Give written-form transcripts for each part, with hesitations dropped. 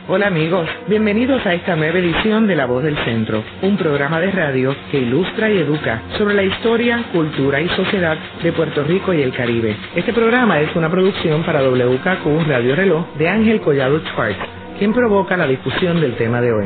Hola amigos, bienvenidos a esta nueva edición de La Voz del Centro, un programa de radio que ilustra y educa sobre la historia, cultura y sociedad de Puerto Rico y el Caribe. Este programa es una producción para WKQ Radio Reloj de Ángel Collado Schwartz, quien provoca la discusión del tema de hoy.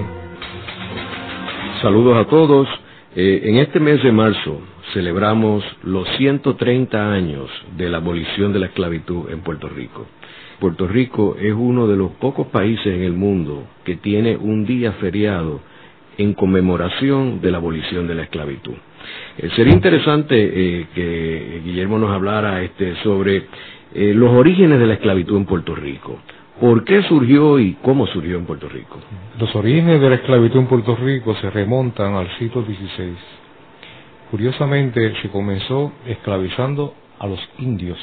Saludos a todos. En este mes de marzo celebramos los 130 años de la abolición de la esclavitud en Puerto Rico. Puerto Rico es uno de los pocos países en el mundo que tiene un día feriado en conmemoración de la abolición de la esclavitud. Sería interesante que Guillermo nos hablara sobre los orígenes de la esclavitud en Puerto Rico. ¿Por qué surgió y cómo surgió en Puerto Rico? Los orígenes de la esclavitud en Puerto Rico se remontan al siglo XVI. Curiosamente, se comenzó esclavizando a los indios,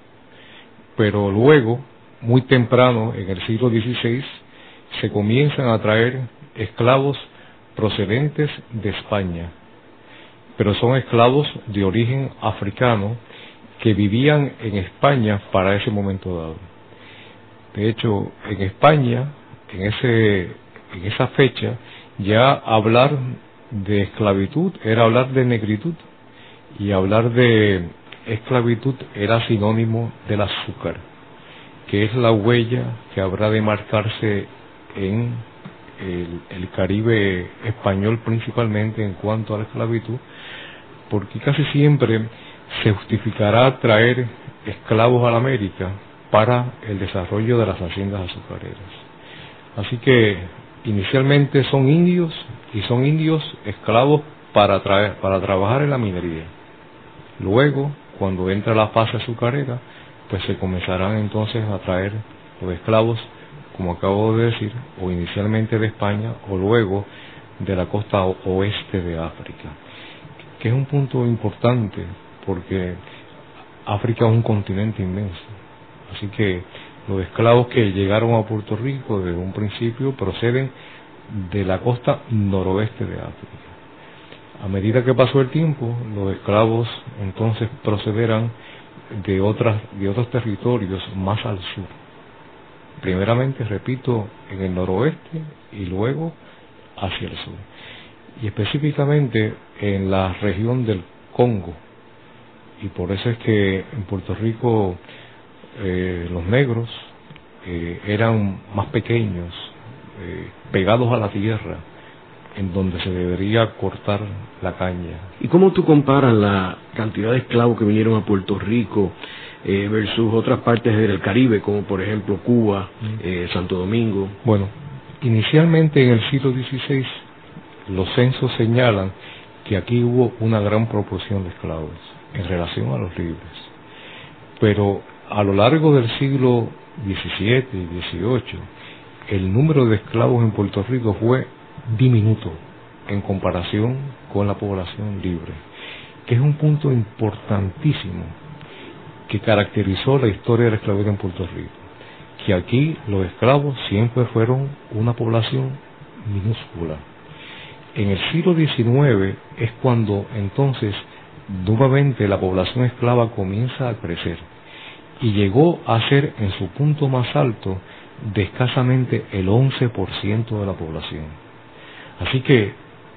pero luego, muy temprano, en el siglo XVI, se comienzan a traer esclavos procedentes de España, pero son esclavos de origen africano que vivían en España para ese momento dado. De hecho, en España, en esa fecha, ya hablar de esclavitud era hablar de negritud, y hablar de esclavitud era sinónimo del azúcar, que es la huella que habrá de marcarse en el Caribe español, principalmente en cuanto a la esclavitud, porque casi siempre se justificará traer esclavos a la América para el desarrollo de las haciendas azucareras. Así que inicialmente son indios, y son indios esclavos para trabajar en la minería. Luego, cuando entra la fase azucarera, pues se comenzarán entonces a traer los esclavos, como acabo de decir, o inicialmente de España, o luego de la costa oeste de África, que es un punto importante porque África es un continente inmenso. Así que los esclavos que llegaron a Puerto Rico desde un principio proceden de la costa noroeste de África. A medida que pasó el tiempo, los esclavos entonces procederán de otros territorios más al sur. Primeramente, repito, en el noroeste y luego hacia el sur. Y específicamente en la región del Congo. Y por eso es que en Puerto Rico los negros eran más pequeños, pegados a la tierra, en donde se debería cortar la caña. ¿Y cómo tú comparas la cantidad de esclavos que vinieron a Puerto Rico versus otras partes del Caribe, como por ejemplo Cuba, Santo Domingo? Bueno, inicialmente en el siglo XVI los censos señalan que aquí hubo una gran proporción de esclavos en relación a los libres, pero a lo largo del siglo XVII y XVIII el número de esclavos en Puerto Rico fue diminuto en comparación con la población libre, que es un punto importantísimo que caracterizó la historia de la esclavitud en Puerto Rico, que aquí los esclavos siempre fueron una población minúscula. En el siglo XIX es cuando entonces nuevamente la población esclava comienza a crecer y llegó a ser en su punto más alto de escasamente el 11% de la población. Así que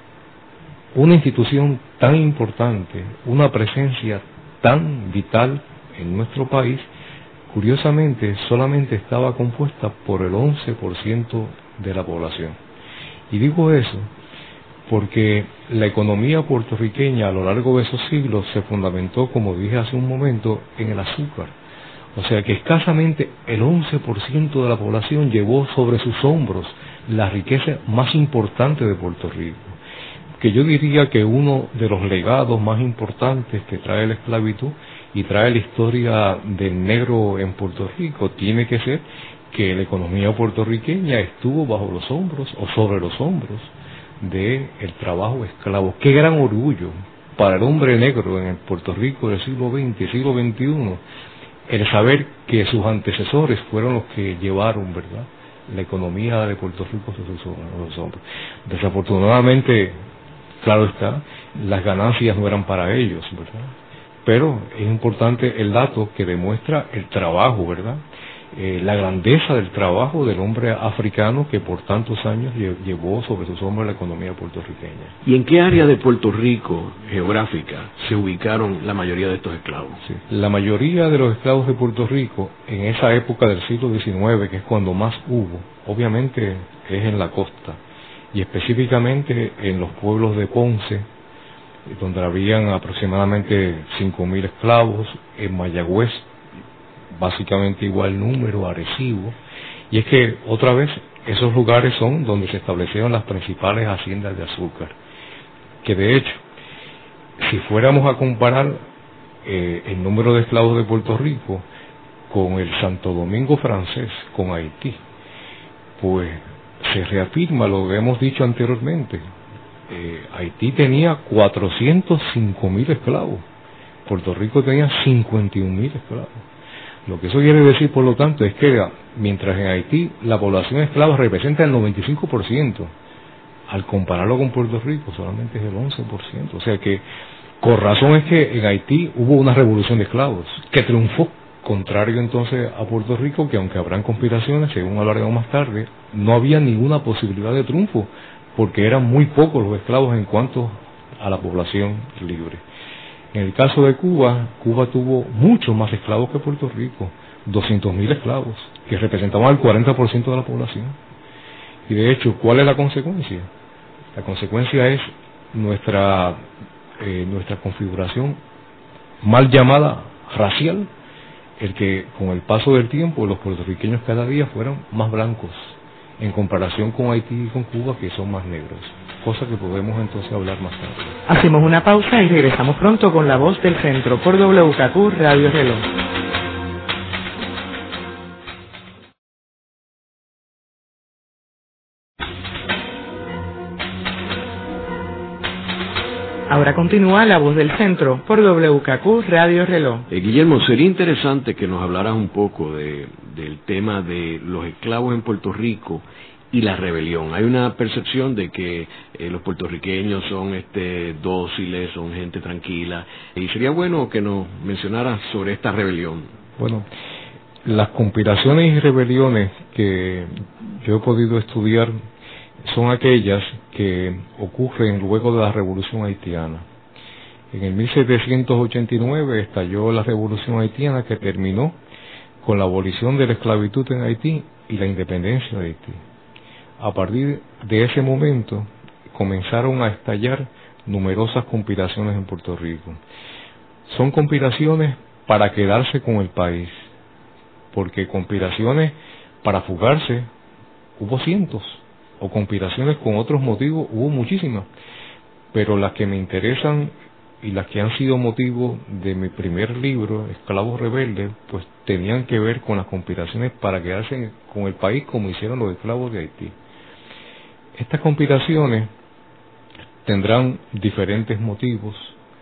una institución tan importante, una presencia tan vital en nuestro país, curiosamente solamente estaba compuesta por el 11% de la población. Y digo eso porque la economía puertorriqueña a lo largo de esos siglos se fundamentó, como dije hace un momento, en el azúcar. O sea que escasamente el 11% de la población llevó sobre sus hombros la riqueza más importante de Puerto Rico. Que yo diría que uno de los legados más importantes que trae la esclavitud y trae la historia del negro en Puerto Rico tiene que ser que la economía puertorriqueña estuvo bajo los hombros o sobre los hombros del trabajo esclavo. Qué gran orgullo para el hombre negro en el Puerto Rico del siglo XX y siglo XXI el saber que sus antecesores fueron los que llevaron, ¿verdad?, la economía de Puerto Rico sobre sus hombros. Desafortunadamente, claro está, las ganancias no eran para ellos, ¿verdad? Pero es importante el dato que demuestra el trabajo, ¿verdad?, la grandeza del trabajo del hombre africano que por tantos años llevó sobre sus hombros la economía puertorriqueña. ¿Y en qué área de Puerto Rico geográfica se ubicaron la mayoría de estos esclavos? Sí. La mayoría de los esclavos de Puerto Rico en esa época del siglo XIX, que es cuando más hubo, obviamente es en la costa, y específicamente en los pueblos de Ponce, donde habían aproximadamente 5.000 esclavos, en Mayagüez básicamente igual número, Arecibo, y es que otra vez esos lugares son donde se establecieron las principales haciendas de azúcar, que de hecho, si fuéramos a comparar el número de esclavos de Puerto Rico con el Santo Domingo francés, con Haití, pues se reafirma lo que hemos dicho anteriormente. Haití tenía 405.000 esclavos, Puerto Rico tenía 51.000 esclavos. Lo que eso quiere decir, por lo tanto, es que mientras en Haití la población esclava representa el 95%, al compararlo con Puerto Rico solamente es el 11%. O sea que, con razón es que en Haití hubo una revolución de esclavos que triunfó, contrario entonces a Puerto Rico, que aunque habrán conspiraciones, según hablaremos más tarde, no había ninguna posibilidad de triunfo, porque eran muy pocos los esclavos en cuanto a la población libre. En el caso de Cuba, Cuba tuvo muchos más esclavos que Puerto Rico, 200.000 esclavos, que representaban el 40% de la población. Y de hecho, ¿cuál es la consecuencia? La consecuencia es nuestra configuración mal llamada racial, el que con el paso del tiempo los puertorriqueños cada día fueran más blancos, en comparación con Haití y con Cuba, que son más negros, cosa que podemos entonces hablar más tarde. Hacemos una pausa y regresamos pronto con La Voz del Centro por WKQ Radio Reloj. Ahora continúa La Voz del Centro por WKQ Radio Reloj. Guillermo, sería interesante que nos hablaras un poco del tema de los esclavos en Puerto Rico y la rebelión. Hay una percepción de que los puertorriqueños son dóciles, son gente tranquila, y sería bueno que nos mencionaras sobre esta rebelión. Bueno, las conspiraciones y rebeliones que yo he podido estudiar son aquellas que ocurren luego de la Revolución Haitiana. En el 1789 estalló la Revolución Haitiana, que terminó con la abolición de la esclavitud en Haití y la independencia de Haití. A partir de ese momento comenzaron a estallar numerosas conspiraciones en Puerto Rico. Son conspiraciones para quedarse con el país, porque conspiraciones para fugarse hubo cientos, o conspiraciones con otros motivos hubo muchísimas, pero las que me interesan y las que han sido motivo de mi primer libro, Esclavos Rebeldes, pues tenían que ver con las conspiraciones para quedarse con el país, como hicieron los esclavos de Haití. Estas conspiraciones tendrán diferentes motivos,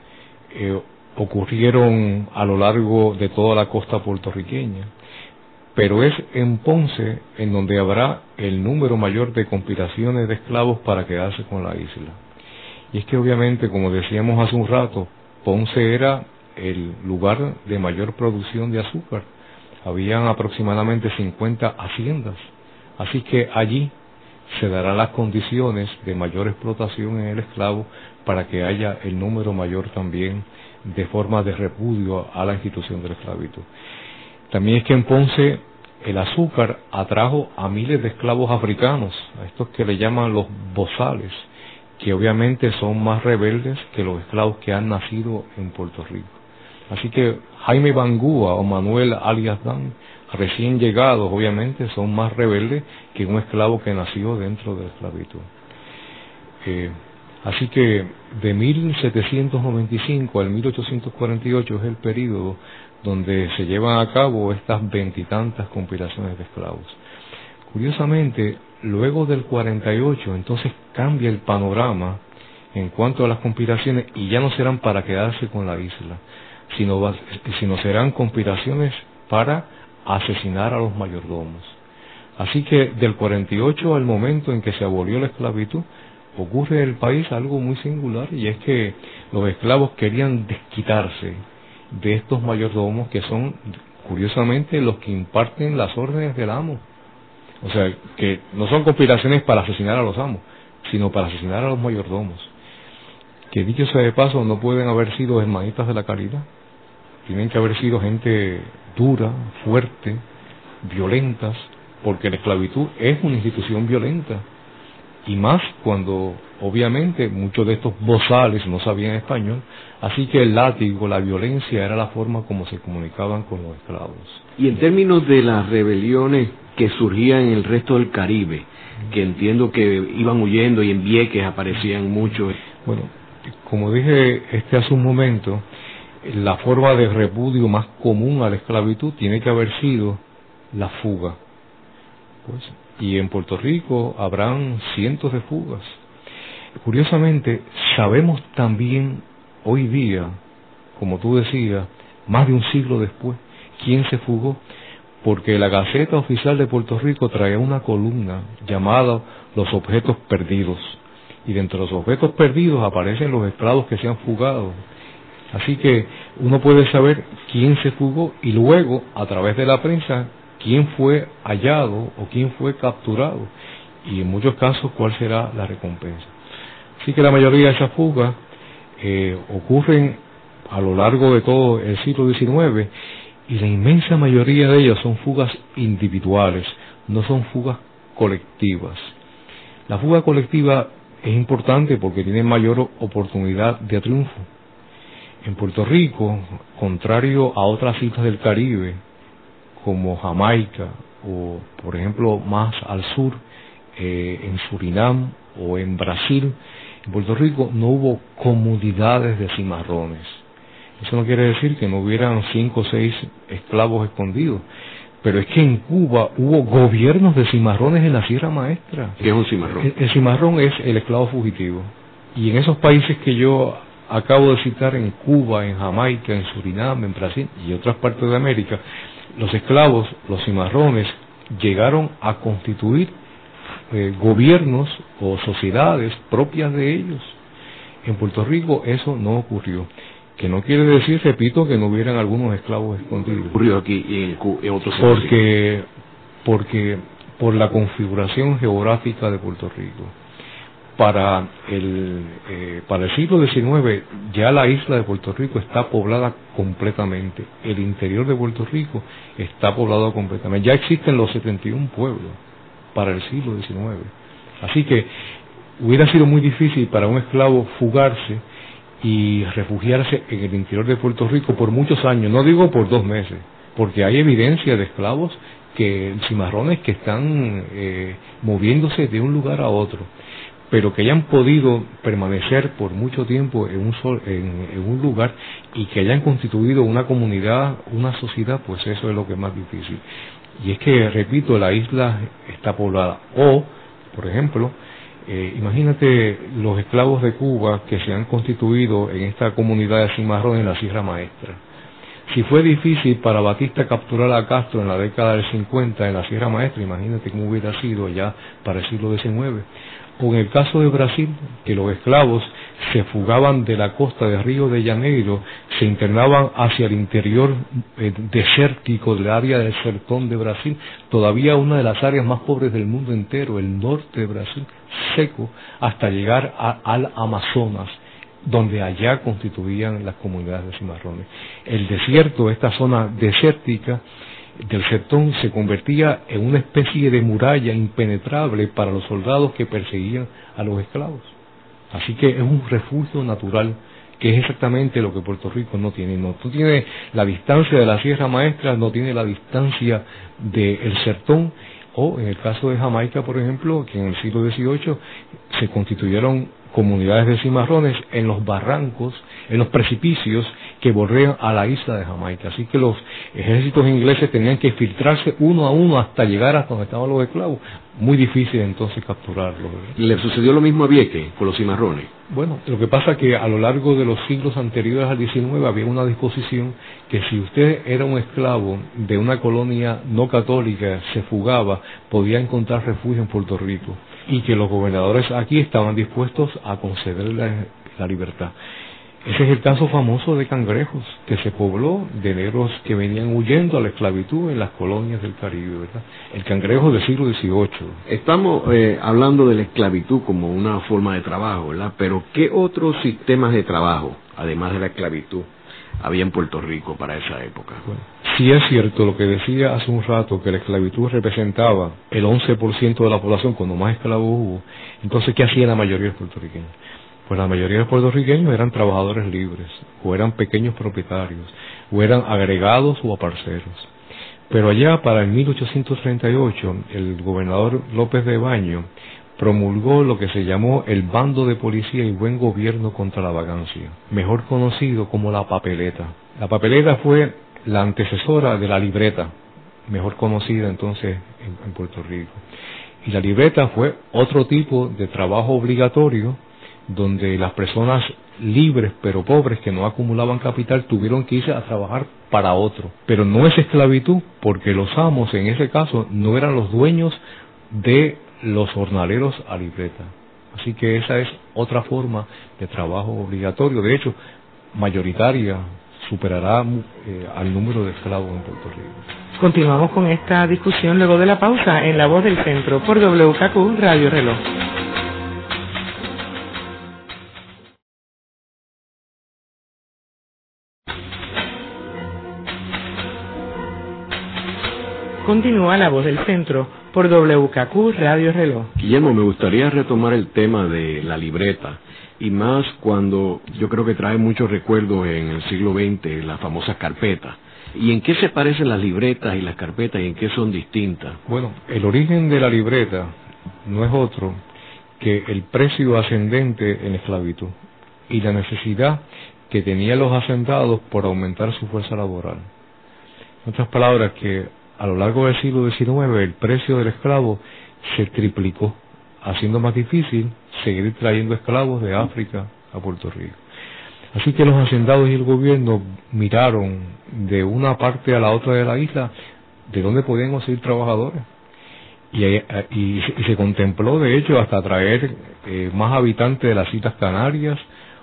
ocurrieron a lo largo de toda la costa puertorriqueña, pero es en Ponce en donde habrá el número mayor de conspiraciones de esclavos para quedarse con la isla. Y es que obviamente, como decíamos hace un rato, Ponce era el lugar de mayor producción de azúcar. Habían aproximadamente 50 haciendas, así que allí se darán las condiciones de mayor explotación en el esclavo para que haya el número mayor también de formas de repudio a la institución de la esclavitud. También es que en Ponce el azúcar atrajo a miles de esclavos africanos, a estos que le llaman los bozales, que obviamente son más rebeldes que los esclavos que han nacido en Puerto Rico. Así que Jaime Bangúa o Manuel alias Dan, recién llegados, obviamente son más rebeldes que un esclavo que nació dentro de la esclavitud. Así que de 1795 al 1848 es el período donde se llevan a cabo estas veintitantas conspiraciones de esclavos. Curiosamente, luego del 48, entonces cambia el panorama en cuanto a las conspiraciones, y ya no serán para quedarse con la isla, sino serán conspiraciones para asesinar a los mayordomos. Así que del 48 al momento en que se abolió la esclavitud, ocurre en el país algo muy singular, y es que los esclavos querían desquitarse de estos mayordomos, que son curiosamente, los que imparten las órdenes del amo. O sea, que no son conspiraciones para asesinar a los amos, sino para asesinar a los mayordomos. Que dicho sea de paso, no pueden haber sido hermanitas de la caridad. Tienen que haber sido gente dura, fuerte, violentas, porque la esclavitud es una institución violenta. Y más cuando, obviamente, muchos de estos bozales no sabían español, así que el látigo, la violencia, era la forma como se comunicaban con los esclavos. Y en términos de las rebeliones que surgían en el resto del Caribe, que entiendo que iban huyendo y en Vieques aparecían muchos. Bueno, como dije hace un momento, la forma de repudio más común a la esclavitud tiene que haber sido la fuga. Pues, y en Puerto Rico habrán cientos de fugas. Curiosamente, sabemos también hoy día, como tú decías, más de un siglo después, quién se fugó, porque la Gaceta Oficial de Puerto Rico traía una columna llamada Los Objetos Perdidos, y dentro de los objetos perdidos aparecen los esclavos que se han fugado. Así que uno puede saber quién se fugó y luego, a través de la prensa, quién fue hallado o quién fue capturado, y en muchos casos cuál será la recompensa. Así que la mayoría de esas fugas ocurren a lo largo de todo el siglo XIX, y la inmensa mayoría de ellas son fugas individuales, no son fugas colectivas. La fuga colectiva es importante porque tiene mayor oportunidad de triunfo. En Puerto Rico, contrario a otras islas del Caribe, como Jamaica, o por ejemplo más al sur, en Surinam o en Brasil, en Puerto Rico no hubo comunidades de cimarrones. Eso no quiere decir que no hubieran 5 o 6 esclavos escondidos, pero es que en Cuba hubo gobiernos de cimarrones en la Sierra Maestra. ¿Qué es un cimarrón? El cimarrón es el esclavo fugitivo. Y en esos países que yo acabo de citar, en Cuba, en Jamaica, en Surinam, en Brasil y otras partes de América, los esclavos, los cimarrones, llegaron a constituir gobiernos o sociedades propias de ellos. En Puerto Rico eso no ocurrió, que no quiere decir, repito, que no hubieran algunos esclavos escondidos. Ocurrió aquí y en otros porque por la configuración geográfica de Puerto Rico. Para el siglo XIX ya la isla de Puerto Rico está poblada completamente. El interior de Puerto Rico está poblado completamente. Ya existen los 71 pueblos para el siglo XIX. Así que hubiera sido muy difícil para un esclavo fugarse y refugiarse en el interior de Puerto Rico por muchos años. No digo por 2 meses, porque hay evidencia de esclavos, cimarrones que están moviéndose de un lugar a otro, pero que hayan podido permanecer por mucho tiempo en un lugar y que hayan constituido una comunidad, una sociedad, pues eso es lo que es más difícil. Y es que, repito, la isla está poblada. O, por ejemplo, imagínate los esclavos de Cuba que se han constituido en esta comunidad de cimarrones en la Sierra Maestra. Si fue difícil para Batista capturar a Castro en la década del 50 en la Sierra Maestra, imagínate cómo hubiera sido ya para el siglo XIX. O en el caso de Brasil, que los esclavos se fugaban de la costa de Río de Janeiro, se internaban hacia el interior desértico del área del Sertón de Brasil, todavía una de las áreas más pobres del mundo entero, el norte de Brasil, seco, hasta llegar al Amazonas, donde allá constituían las comunidades de cimarrones. El desierto, esta zona desértica del sertón, se convertía en una especie de muralla impenetrable para los soldados que perseguían a los esclavos. Así que es un refugio natural, que es exactamente lo que Puerto Rico no tiene. No tiene la distancia de la Sierra Maestra, no tiene la distancia del sertón, o en el caso de Jamaica, por ejemplo, que en el siglo XVIII se constituyeron comunidades de cimarrones en los barrancos, en los precipicios que bordean a la isla de Jamaica. Así que los ejércitos ingleses tenían que filtrarse uno a uno hasta llegar hasta donde estaban los esclavos. Muy difícil entonces capturarlos. ¿Le sucedió lo mismo a Vieques con los cimarrones? Bueno, lo que pasa es que a lo largo de los siglos anteriores al XIX había una disposición que si usted era un esclavo de una colonia no católica, se fugaba, podía encontrar refugio en Puerto Rico, y que los gobernadores aquí estaban dispuestos a concederle la libertad. Ese es el caso famoso de Cangrejos, que se pobló de negros que venían huyendo a la esclavitud en las colonias del Caribe, ¿verdad? El Cangrejo del siglo XVIII. Estamos hablando de la esclavitud como una forma de trabajo, ¿verdad? Pero ¿qué otros sistemas de trabajo, además de la esclavitud, había en Puerto Rico para esa época? Bueno, sí es cierto lo que decía hace un rato, que la esclavitud representaba el 11% de la población cuando más esclavos hubo. Entonces, ¿qué hacía la mayoría de los puertorriqueños? Pues la mayoría de los puertorriqueños eran trabajadores libres, o eran pequeños propietarios, o eran agregados o aparceros. Pero allá para el 1838, el gobernador López de Baño promulgó lo que se llamó el Bando de Policía y Buen Gobierno contra la Vagancia, mejor conocido como la papeleta. La papeleta fue la antecesora de la libreta, mejor conocida entonces en Puerto Rico. Y la libreta fue otro tipo de trabajo obligatorio donde las personas libres pero pobres que no acumulaban capital tuvieron que irse a trabajar para otro. Pero no es esclavitud, porque los amos en ese caso no eran los dueños de los jornaleros a libreta. Así que esa es otra forma de trabajo obligatorio. De hecho, mayoritaria, superará al número de esclavos en Puerto Rico. Continuamos con esta discusión luego de la pausa en La Voz del Centro por WKQ Radio Reloj. Continúa La Voz del Centro por WKQ Radio Reloj. Guillermo, me gustaría retomar el tema de la libreta, y más cuando yo creo que trae muchos recuerdos en el siglo XX, las famosas carpetas. ¿Y en qué se parecen las libretas y las carpetas y en qué son distintas? Bueno, el origen de la libreta no es otro que el precio ascendente en esclavitud y la necesidad que tenían los hacendados por aumentar su fuerza laboral. En otras palabras, que a lo largo del siglo XIX el precio del esclavo se triplicó, haciendo más difícil seguir trayendo esclavos de África a Puerto Rico. Así que los hacendados y el gobierno miraron de una parte a la otra de la isla de dónde podían conseguir trabajadores. Y se contempló, de hecho, hasta traer más habitantes de las Islas Canarias,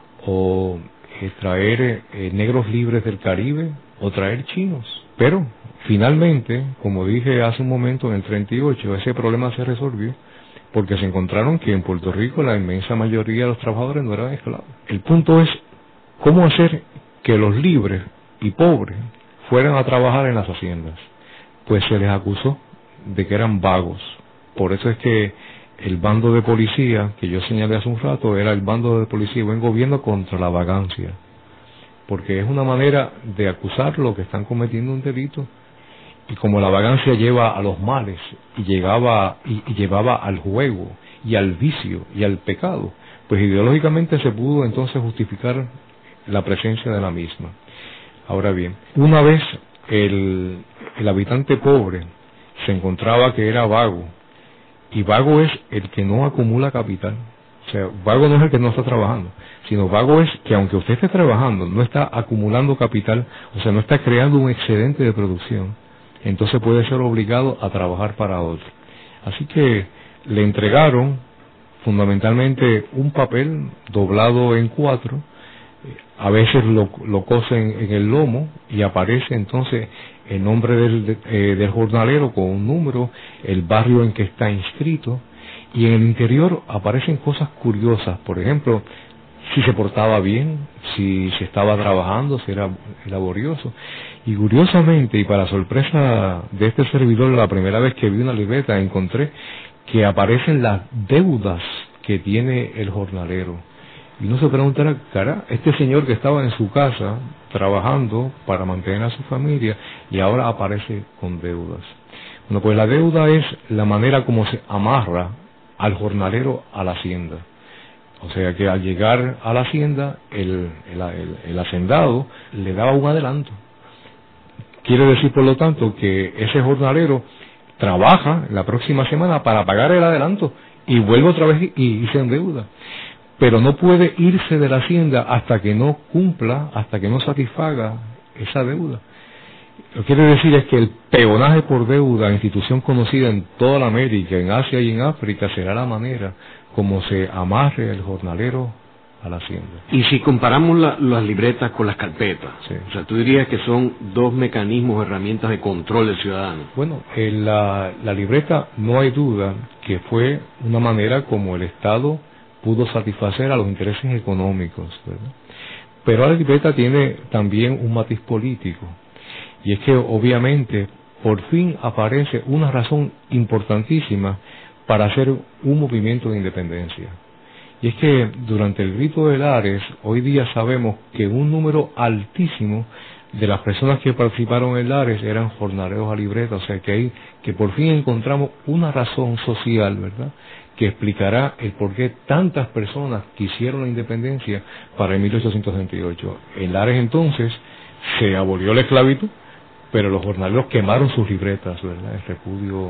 o traer negros libres del Caribe, o traer chinos. Pero finalmente, como dije hace un momento, en el 38, ese problema se resolvió porque se encontraron que en Puerto Rico la inmensa mayoría de los trabajadores no eran esclavos. El punto es cómo hacer que los libres y pobres fueran a trabajar en las haciendas. Pues se les acusó de que eran vagos. Por eso es que el bando de policía, que yo señalé hace un rato, era el bando de policía y buen gobierno contra la vagancia. Porque es una manera de acusarlo que están cometiendo un delito. Y como la vagancia lleva a los males y llevaba al juego y al vicio y al pecado, pues ideológicamente se pudo entonces justificar la presencia de la misma. Ahora bien, una vez el habitante pobre se encontraba que era vago, y vago es el que no acumula capital. O sea, vago no es el que no está trabajando, sino vago es que aunque usted esté trabajando, no está acumulando capital, o sea, no está creando un excedente de producción, entonces puede ser obligado a trabajar para otro. Así que le entregaron fundamentalmente un papel doblado en 4, a veces lo cosen en el lomo y aparece entonces el nombre del jornalero con un número, el barrio en que está inscrito, y en el interior aparecen cosas curiosas, por ejemplo, si se portaba bien, si estaba trabajando, si era laborioso. Y curiosamente, y para sorpresa de este servidor, la primera vez que vi una libreta encontré que aparecen las deudas que tiene el jornalero. Y uno se preguntará, cara, este señor que estaba en su casa trabajando para mantener a su familia y ahora aparece con deudas. Bueno, pues la deuda es la manera como se amarra al jornalero a la hacienda. O sea que al llegar a la hacienda, el hacendado le daba un adelanto. Quiere decir, por lo tanto, que ese jornalero trabaja la próxima semana para pagar el adelanto y vuelve otra vez y se endeuda. Pero no puede irse de la hacienda hasta que no cumpla, hasta que no satisfaga esa deuda. Lo que quiere decir es que el peonaje por deuda, institución conocida en toda la América, en Asia y en África, será la manera como se amarre el jornalero a la hacienda. Y si comparamos las libretas con las carpetas, Sí. o sea, tú dirías que son dos mecanismos, herramientas de control del ciudadano. Bueno, la libreta no hay duda que fue una manera como el Estado pudo satisfacer a los intereses económicos, ¿verdad? Pero la libreta tiene también un matiz político, y es que obviamente por fin aparece una razón importantísima para hacer un movimiento de independencia. Y es que durante el grito de Lares, hoy día sabemos que un número altísimo de las personas que participaron en Lares eran jornaleros a libreta, o sea que por fin encontramos una razón social, ¿verdad?, que explicará el por qué tantas personas quisieron la independencia para el 1828. En Lares entonces se abolió la esclavitud, pero los jornaleros quemaron sus libretas, ¿verdad?, en repudio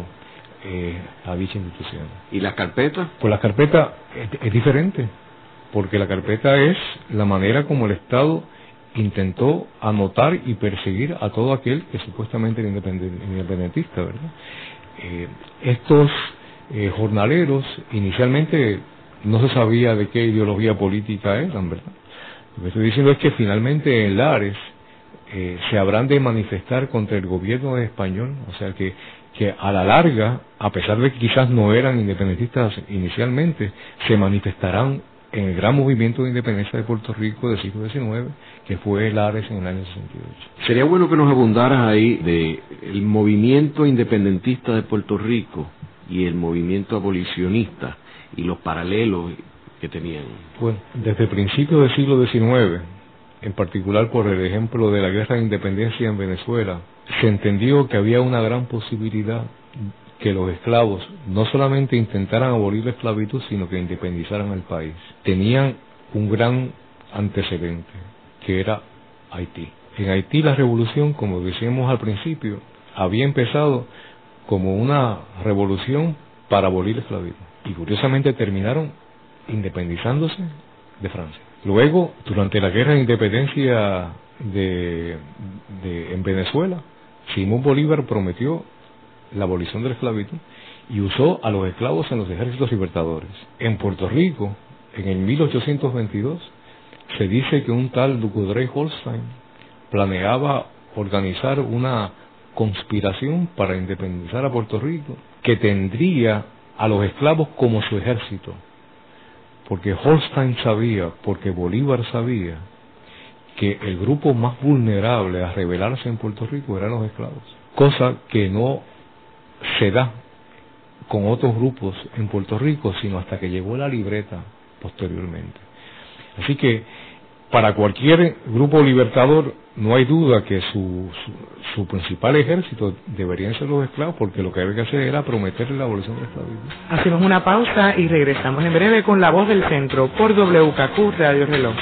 a dicha institución. ¿Y las carpetas? Pues la carpeta es diferente, porque la carpeta es la manera como el Estado intentó anotar y perseguir a todo aquel que supuestamente era independentista, ¿verdad? Estos jornaleros inicialmente no se sabía de qué ideología política eran, ¿verdad? Lo que estoy diciendo es que finalmente en Lares se habrán de manifestar contra el gobierno español, o sea que a la larga, a pesar de que quizás no eran independentistas inicialmente, se manifestarán en el gran movimiento de independencia de Puerto Rico del siglo XIX, que fue Lares en el año 68. Sería bueno que nos abundaras ahí de el movimiento independentista de Puerto Rico y el movimiento abolicionista y los paralelos que tenían. Bueno, desde principios del siglo XIX, en particular por el ejemplo de la guerra de independencia en Venezuela, se entendió que había una gran posibilidad que los esclavos no solamente intentaran abolir la esclavitud, sino que independizaran el país. Tenían un gran antecedente, que era Haití. En Haití la revolución, como decíamos al principio, había empezado como una revolución para abolir la esclavitud. Y curiosamente terminaron independizándose de Francia. Luego, durante la guerra de independencia en Venezuela, Simón Bolívar prometió la abolición de la esclavitud y usó a los esclavos en los ejércitos libertadores. En Puerto Rico, en el 1822, se dice que un tal Ducoudray-Holstein planeaba organizar una conspiración para independizar a Puerto Rico, que tendría a los esclavos como su ejército, porque Holstein sabía, porque Bolívar sabía, que el grupo más vulnerable a rebelarse en Puerto Rico eran los esclavos, cosa que no se da con otros grupos en Puerto Rico, sino hasta que llegó la libreta posteriormente. Así que para cualquier grupo libertador no hay duda que su principal ejército deberían ser los esclavos, porque lo que había que hacer era prometerle la abolición de la esclavitud. Hacemos una pausa y regresamos en breve con La Voz del Centro por WKQ Radio Reloj.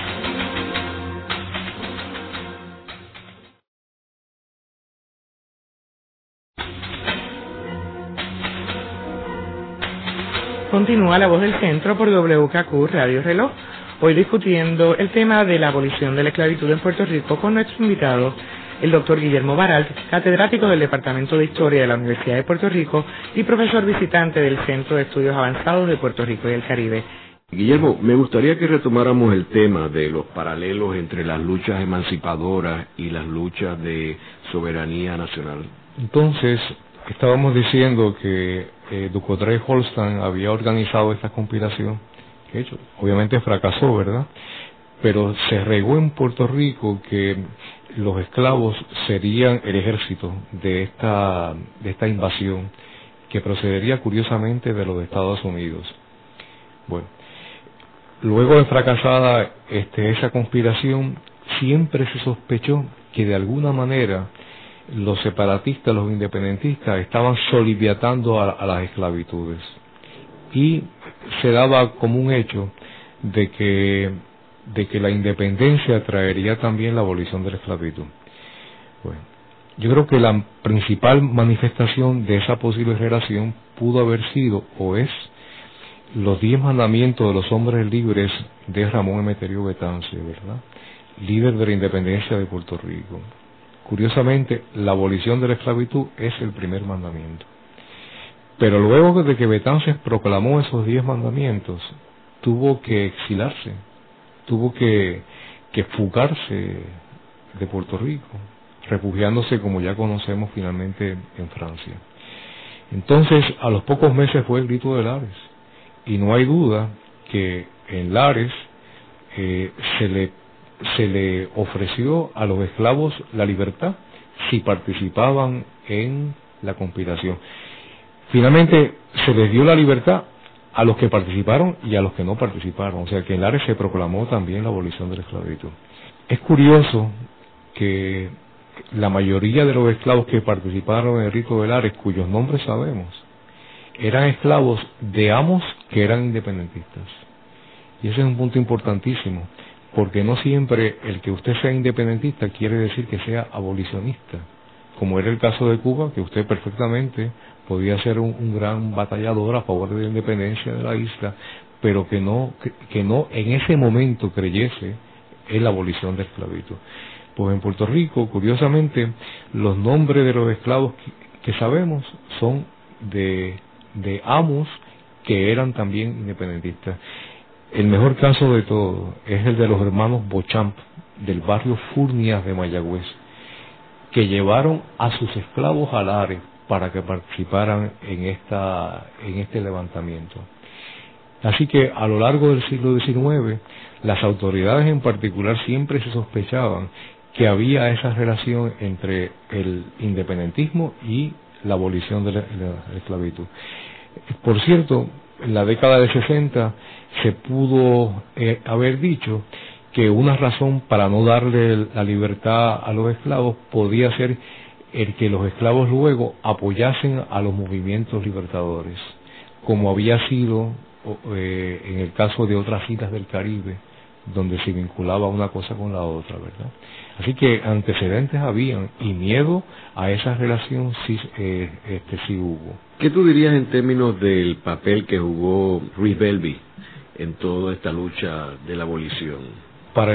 Continúa La Voz del Centro por WKQ Radio Reloj, hoy discutiendo el tema de la abolición de la esclavitud en Puerto Rico con nuestro invitado, el doctor Guillermo Baralt, catedrático del Departamento de Historia de la Universidad de Puerto Rico y profesor visitante del Centro de Estudios Avanzados de Puerto Rico y el Caribe. Guillermo, me gustaría que retomáramos el tema de los paralelos entre las luchas emancipadoras y las luchas de soberanía nacional. Entonces, estábamos diciendo que Ducoudray-Holstein había organizado esta conspiración, que hecho, obviamente fracasó, ¿verdad? Pero se regó en Puerto Rico que los esclavos serían el ejército de esta invasión, que procedería curiosamente de los Estados Unidos. Bueno, luego de fracasada esa conspiración, siempre se sospechó que de alguna manera los separatistas, los independentistas, estaban soliviantando a las esclavitudes, y se daba como un hecho de que la independencia traería también la abolición de la esclavitud. Bueno, yo creo que la principal manifestación de esa posible relación pudo haber sido o es los 10 mandamientos de los hombres libres de Ramón Emeterio Betances, ¿verdad?, líder de la independencia de Puerto Rico. Curiosamente, la abolición de la esclavitud es el primer mandamiento. Pero luego de que Betances proclamó esos 10 mandamientos, tuvo que exilarse tuvo que fugarse de Puerto Rico, refugiándose, como ya conocemos, finalmente en Francia. Entonces, a los pocos meses fue el grito de Lares, y no hay duda que en Lares se le ofreció a los esclavos la libertad si participaban en la conspiración. Finalmente se les dio la libertad a los que participaron y a los que no participaron, o sea que en Lares se proclamó también la abolición de la esclavitud. Es curioso que la mayoría de los esclavos que participaron en el rito de Lares, cuyos nombres sabemos, eran esclavos de amos que eran independentistas. Y ese es un punto importantísimo, porque no siempre el que usted sea independentista quiere decir que sea abolicionista, como era el caso de Cuba, que usted perfectamente podía ser un gran batallador a favor de la independencia de la isla, pero que no en ese momento creyese en la abolición de la esclavitud. Pues en Puerto Rico, curiosamente, los nombres de los esclavos que sabemos son de amos que eran también independentistas. El mejor caso de todo es el de los hermanos Beauchamp, del barrio Furnias de Mayagüez, que llevaron a sus esclavos a Lares para que participaran en este levantamiento. Así que a lo largo del siglo XIX, las autoridades en particular siempre se sospechaban que había esa relación entre el independentismo y la abolición de la esclavitud. Por cierto, en la década de 60 se pudo haber dicho que una razón para no darle la libertad a los esclavos podía ser el que los esclavos luego apoyasen a los movimientos libertadores, como había sido en el caso de otras islas del Caribe, donde se vinculaba una cosa con la otra, ¿verdad? Así que antecedentes habían, y miedo a esa relación sí hubo. ¿Qué tú dirías en términos del papel que jugó Ruiz Belvi en toda esta lucha de la abolición? Para el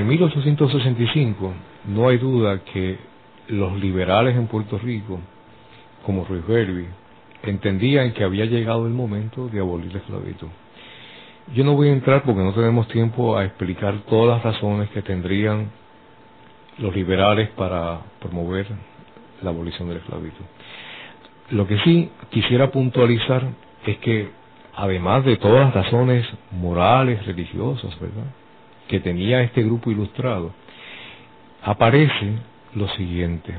1865 no hay duda que los liberales en Puerto Rico, como Ruiz Belvi, entendían que había llegado el momento de abolir la esclavitud. Yo no voy a entrar, porque no tenemos tiempo, a explicar todas las razones que tendrían los liberales para promover la abolición de la esclavitud. Lo que sí quisiera puntualizar es que, además de todas las razones morales, religiosas, ¿verdad?, que tenía este grupo ilustrado, aparece lo siguiente,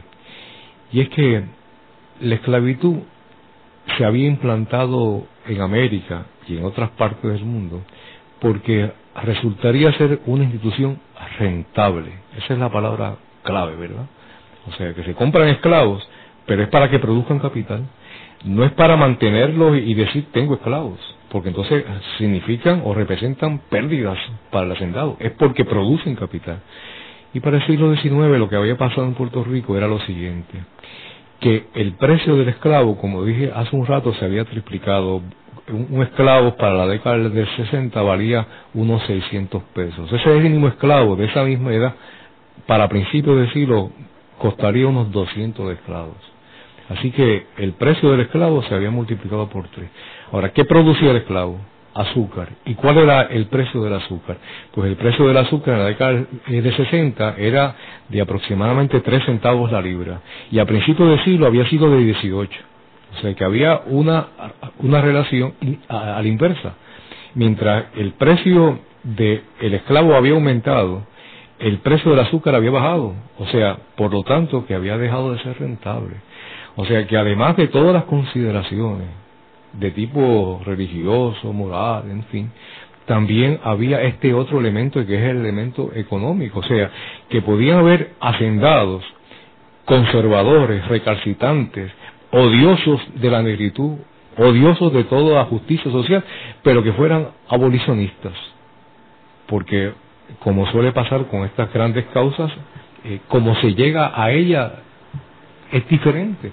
y es que la esclavitud se había implantado en América y en otras partes del mundo porque resultaría ser una institución rentable. Esa es la palabra clave, ¿verdad? O sea, que se compran esclavos, pero es para que produzcan capital. No es para mantenerlos y decir tengo esclavos, porque entonces significan o representan pérdidas para el hacendado. Es porque producen capital. Y para el siglo XIX lo que había pasado en Puerto Rico era lo siguiente, que el precio del esclavo, como dije hace un rato, se había triplicado. Un esclavo para la década del 60 valía unos 600 pesos. Ese mínimo esclavo de esa misma edad, para principios de siglo, costaría unos 200 esclavos. Así que el precio del esclavo se había multiplicado por 3. Ahora, ¿qué producía el esclavo? Azúcar. ¿Y cuál era el precio del azúcar? Pues el precio del azúcar en la década de 60 era de aproximadamente 3 centavos la libra, y a principios de siglo había sido de 18. O sea que había una relación a la inversa. Mientras el precio del esclavo había aumentado, el precio del azúcar había bajado. O sea, por lo tanto, que había dejado de ser rentable. O sea que además de todas las consideraciones de tipo religioso, moral, en fin, también había este otro elemento que es el elemento económico. O sea, que podían haber hacendados, conservadores, recalcitrantes, odiosos de la negritud, odiosos de toda la justicia social, pero que fueran abolicionistas, porque como suele pasar con estas grandes causas, como se llega a ella es diferente.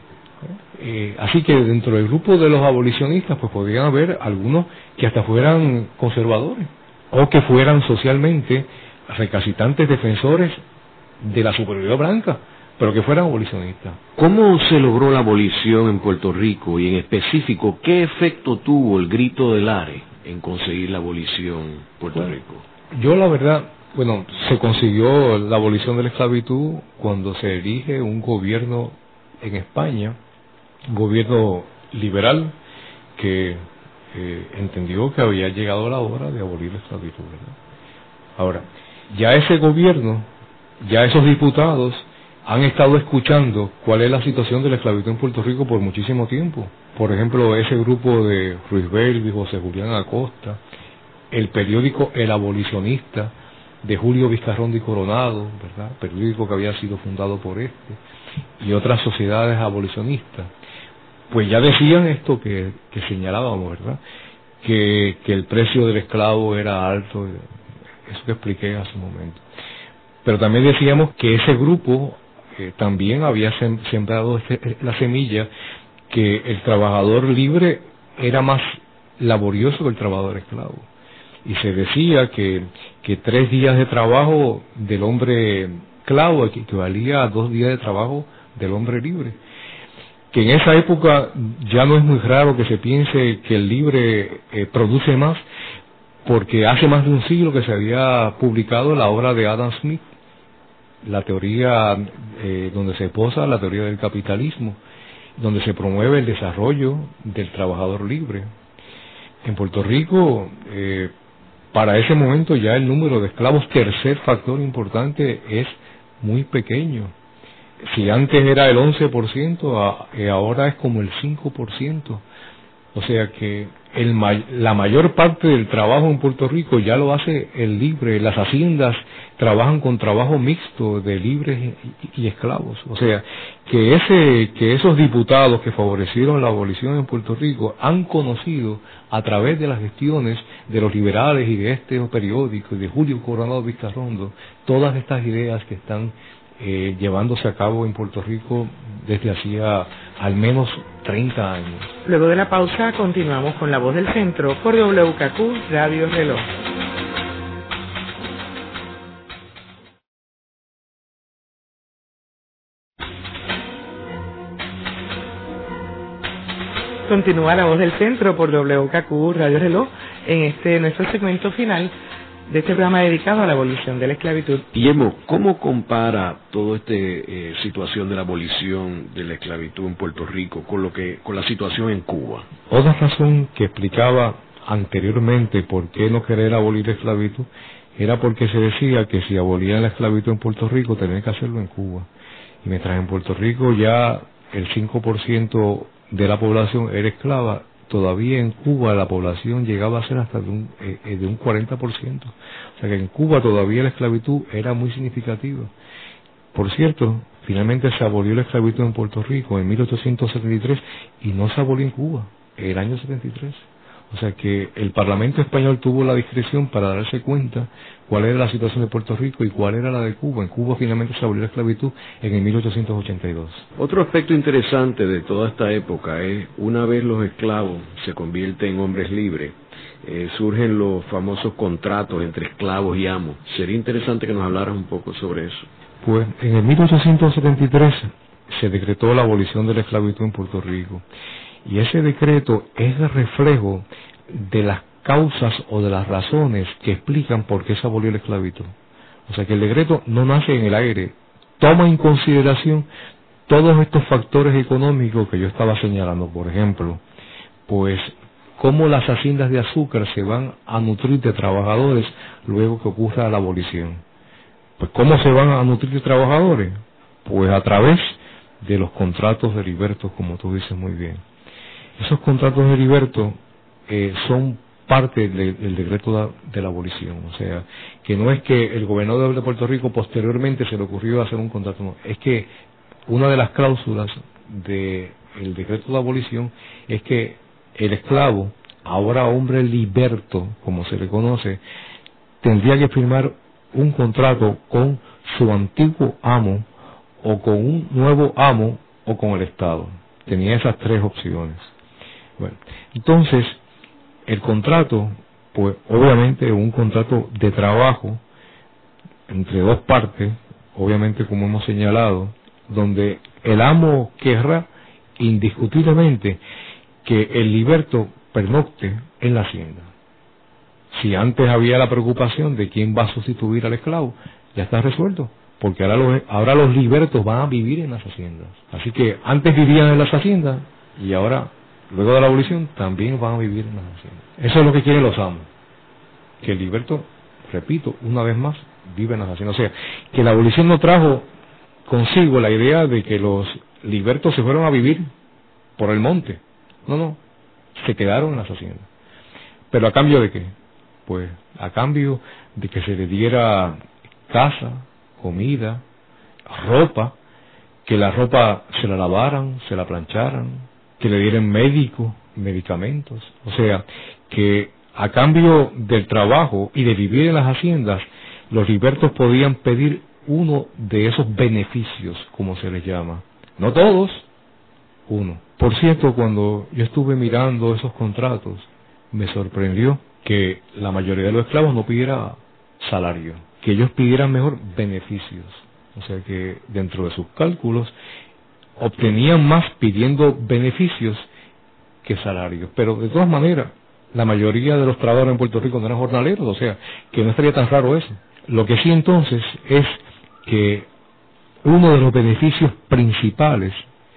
Así que dentro del grupo de los abolicionistas pues podrían haber algunos que hasta fueran conservadores o que fueran socialmente recalcitrantes defensores de la superioridad blanca, pero que fueran abolicionistas. ¿Cómo se logró la abolición en Puerto Rico y en específico qué efecto tuvo el grito de Lares en conseguir la abolición en Puerto Rico? Yo la verdad Bueno, se consiguió la abolición de la esclavitud cuando se elige un gobierno en España, un gobierno liberal que entendió que había llegado la hora de abolir la esclavitud, ¿verdad? Ahora, ya ese gobierno, ya esos diputados han estado escuchando cuál es la situación de la esclavitud en Puerto Rico por muchísimo tiempo. Por ejemplo, ese grupo de Ruiz Belvi, José Julián Acosta, el periódico El Abolicionista de Julio Vizcarrón de Coronado, ¿verdad? Periódico que había sido fundado por y otras sociedades abolicionistas, pues ya decían esto que señalábamos, ¿verdad? Que el precio del esclavo era alto, eso que expliqué hace un momento. Pero también decíamos que ese grupo también había sembrado la semilla que el trabajador libre era más laborioso que el trabajador esclavo. Y se decía que 3 días de trabajo del hombre esclavo equivalía a 2 días de trabajo del hombre libre. Que en esa época ya no es muy raro que se piense que el libre produce más, porque hace más de un siglo que se había publicado la obra de Adam Smith, la teoría donde se posa la teoría del capitalismo, donde se promueve el desarrollo del trabajador libre. En Puerto Rico, para ese momento ya el número de esclavos, tercer factor importante, es muy pequeño. Si antes era el 11%, ahora es como el 5%. O sea que la mayor parte del trabajo en Puerto Rico ya lo hace el libre. Las haciendas trabajan con trabajo mixto de libres y esclavos. O sea que esos diputados que favorecieron la abolición en Puerto Rico han conocido a través de las gestiones de los liberales y de este periódico y de Julio Coronado Vizcarrondo todas estas ideas que están llevándose a cabo en Puerto Rico desde hacía al menos 30 años. Luego de la pausa continuamos con La Voz del Centro por WKQ Radio Reloj. Continúa La Voz del Centro por WKQ Radio Reloj en nuestro segmento final de este programa dedicado a la abolición de la esclavitud. Guillermo, ¿cómo compara toda esta situación de la abolición de la esclavitud en Puerto Rico con la situación en Cuba? Otra razón que explicaba anteriormente por qué no querer abolir la esclavitud era porque se decía que si abolían la esclavitud en Puerto Rico tenían que hacerlo en Cuba. Y mientras en Puerto Rico ya el 5% de la población era esclava, todavía en Cuba la población llegaba a ser hasta de un 40%. O sea que en Cuba todavía la esclavitud era muy significativa. Por cierto, finalmente se abolió la esclavitud en Puerto Rico en 1873 y no se abolió en Cuba, el año 73. O sea que el Parlamento español tuvo la discreción para darse cuenta cuál era la situación de Puerto Rico y cuál era la de Cuba. En Cuba finalmente se abolió la esclavitud en el 1882. Otro aspecto interesante de toda esta época es, una vez los esclavos se convierten en hombres libres, surgen los famosos contratos entre esclavos y amos. Sería interesante que nos hablaras un poco sobre eso. Pues en el 1873 se decretó la abolición de la esclavitud en Puerto Rico. Y ese decreto es el reflejo de las causas o de las razones que explican por qué se abolió la esclavitud. O sea que el decreto no nace en el aire, toma en consideración todos estos factores económicos que yo estaba señalando. Por ejemplo, pues cómo las haciendas de azúcar se van a nutrir de trabajadores luego que ocurra la abolición. Pues ¿cómo se van a nutrir de trabajadores? Pues a través de los contratos de libertos, como tú dices muy bien. Esos contratos de liberto son parte del decreto de la abolición. O sea, que no es que el gobernador de Puerto Rico posteriormente se le ocurrió hacer un contrato, no. Es que una de las cláusulas del decreto de abolición es que el esclavo, ahora hombre liberto, como se le conoce, tendría que firmar un contrato con su antiguo amo, o con un nuevo amo, o con el Estado. Tenía esas 3 opciones. Bueno, entonces, el contrato, pues obviamente un contrato de trabajo entre 2 partes, obviamente como hemos señalado, donde el amo querrá indiscutiblemente que el liberto pernocte en la hacienda. si antes había la preocupación de quién va a sustituir al esclavo, ya está resuelto, porque ahora los libertos van a vivir en las haciendas. Así que antes vivían en las haciendas y ahora, luego de la abolición, también van a vivir en las haciendas. Eso es lo que quieren los amos, que el liberto, repito, una vez más, vive en las haciendas. O sea, que la abolición no trajo consigo la idea de que los libertos se fueron a vivir por el monte. No, se quedaron en las haciendas. ¿Pero a cambio de qué? Pues a cambio de que se le diera casa, comida, ropa, que la ropa se la lavaran, se la plancharan, que le dieran medicamentos. O sea, que a cambio del trabajo y de vivir en las haciendas, los libertos podían pedir uno de esos beneficios, como se les llama. No todos, uno. Por cierto, cuando yo estuve mirando esos contratos, me sorprendió que la mayoría de los esclavos no pidiera salario, que ellos pidieran mejor beneficios. O sea que dentro de sus cálculos obtenían más pidiendo beneficios que salarios. Pero de todas maneras, la mayoría de los trabajadores en Puerto Rico no eran jornaleros, o sea que no estaría tan raro eso. Lo que sí entonces es que uno de los beneficios principales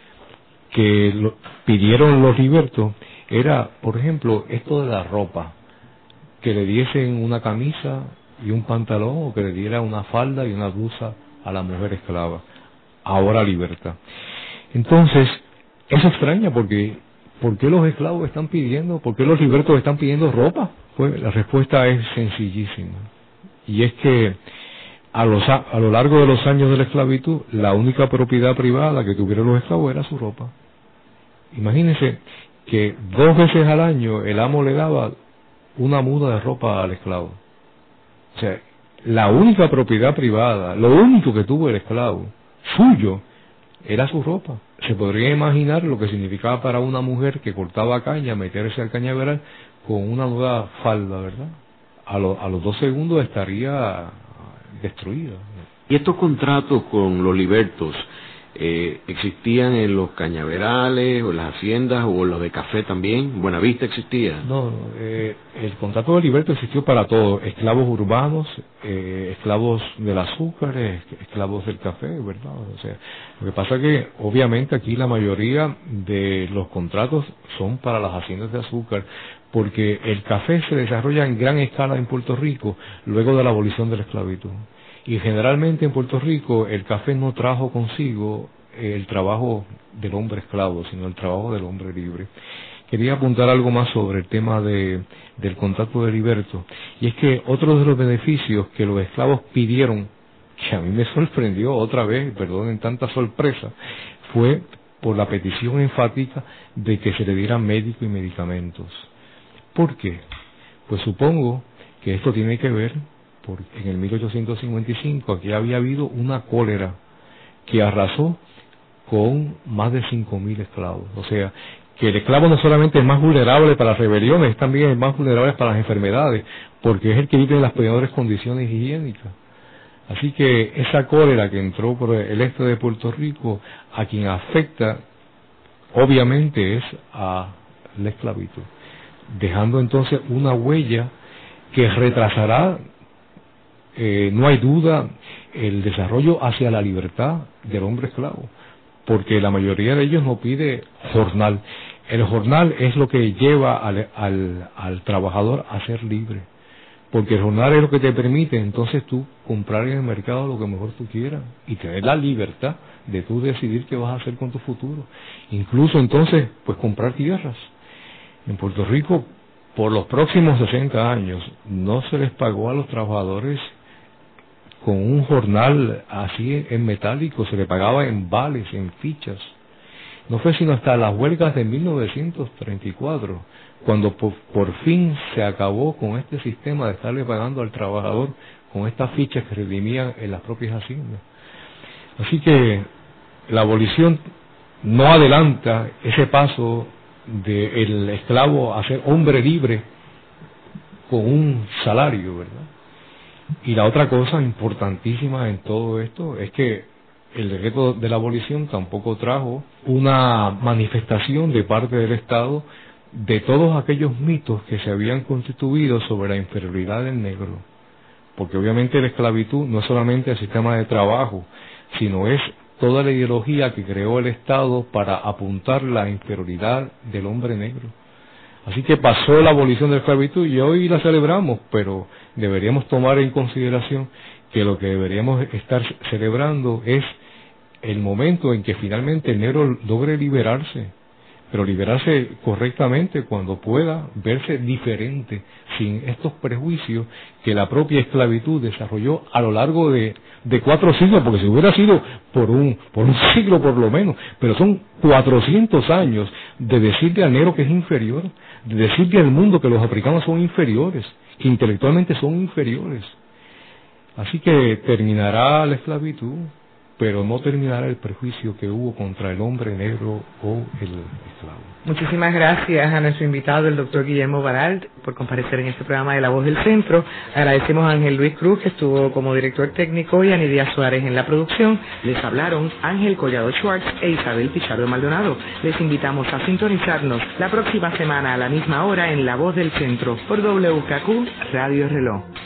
que pidieron los libertos era, por ejemplo, esto de la ropa, que le diesen una camisa y un pantalón, o que le diera una falda y una blusa a la mujer esclava, ahora liberta. Entonces, eso extraña, porque ¿por qué los esclavos están pidiendo, por qué los libertos están pidiendo ropa? Pues la respuesta es sencillísima, y es que a lo largo de los años de la esclavitud, la única propiedad privada que tuvieron los esclavos era su ropa. Imagínense que 2 veces al año el amo le daba una muda de ropa al esclavo. O sea, la única propiedad privada, lo único que tuvo el esclavo, suyo, era su ropa. Se podría imaginar lo que significaba para una mujer que cortaba caña, meterse al cañaveral con una nueva falda, ¿verdad? A los 2 segundos estaría destruida. ¿Y estos contratos con los libertos existían en los cañaverales o en las haciendas o en los de café también? ¿Buenavista existía? No, el contrato de liberto existió para todos, esclavos urbanos, esclavos del azúcar, esclavos del café, ¿verdad? O sea, lo que pasa es que obviamente aquí la mayoría de los contratos son para las haciendas de azúcar, porque el café se desarrolla en gran escala en Puerto Rico luego de la abolición de la esclavitud. Y generalmente en Puerto Rico el café no trajo consigo el trabajo del hombre esclavo, sino el trabajo del hombre libre. Quería apuntar algo más sobre el tema del contrato de liberto, y es que otro de los beneficios que los esclavos pidieron, que a mí me sorprendió otra vez, perdonen tanta sorpresa, fue por la petición enfática de que se le dieran médicos y medicamentos. ¿Por qué? Pues supongo que esto tiene que ver porque en el 1855 aquí había habido una cólera que arrasó con más de 5.000 esclavos. O sea, que el esclavo no solamente es más vulnerable para las rebeliones, es también el más vulnerable para las enfermedades, porque es el que vive en las peores condiciones higiénicas. Así que esa cólera que entró por el este de Puerto Rico, a quien afecta, obviamente es a la esclavitud, dejando entonces una huella que retrasará, no hay duda, el desarrollo hacia la libertad del hombre esclavo, porque la mayoría de ellos no pide jornal. El jornal es lo que lleva al trabajador a ser libre, porque el jornal es lo que te permite entonces tú comprar en el mercado lo que mejor tú quieras y tener la libertad de tú decidir qué vas a hacer con tu futuro. Incluso entonces, pues comprar tierras. En Puerto Rico, por los próximos 60 años, no se les pagó a los trabajadores con un jornal así en metálico, se le pagaba en vales, en fichas. No fue sino hasta las huelgas de 1934, cuando por fin se acabó con este sistema de estarle pagando al trabajador con estas fichas que redimían en las propias haciendas. Así que la abolición no adelanta ese paso del esclavo a ser hombre libre con un salario, ¿verdad? Y la otra cosa importantísima en todo esto es que el decreto de la abolición tampoco trajo una manifestación de parte del Estado de todos aquellos mitos que se habían constituido sobre la inferioridad del negro. Porque obviamente la esclavitud no es solamente el sistema de trabajo, sino es toda la ideología que creó el Estado para apuntar la inferioridad del hombre negro. Así que pasó la abolición de la esclavitud y hoy la celebramos, pero deberíamos tomar en consideración que lo que deberíamos estar celebrando es el momento en que finalmente el negro logre liberarse, pero liberarse correctamente cuando pueda verse diferente, sin estos prejuicios que la propia esclavitud desarrolló a lo largo de 4 siglos, porque si hubiera sido por un siglo por lo menos, pero son 400 años de decirle al negro que es inferior, de decirle al mundo que los africanos son inferiores, que intelectualmente son inferiores. Así que terminará la esclavitud, pero no terminará el prejuicio que hubo contra el hombre negro o el esclavo. Muchísimas gracias a nuestro invitado, el doctor Guillermo Baralt, por comparecer en este programa de La Voz del Centro. Agradecemos a Ángel Luis Cruz, que estuvo como director técnico, y a Nidia Suárez en la producción. Les hablaron Ángel Collado Schwartz e Isabel Pichardo Maldonado. Les invitamos a sintonizarnos la próxima semana a la misma hora en La Voz del Centro por WKQ Radio Reloj.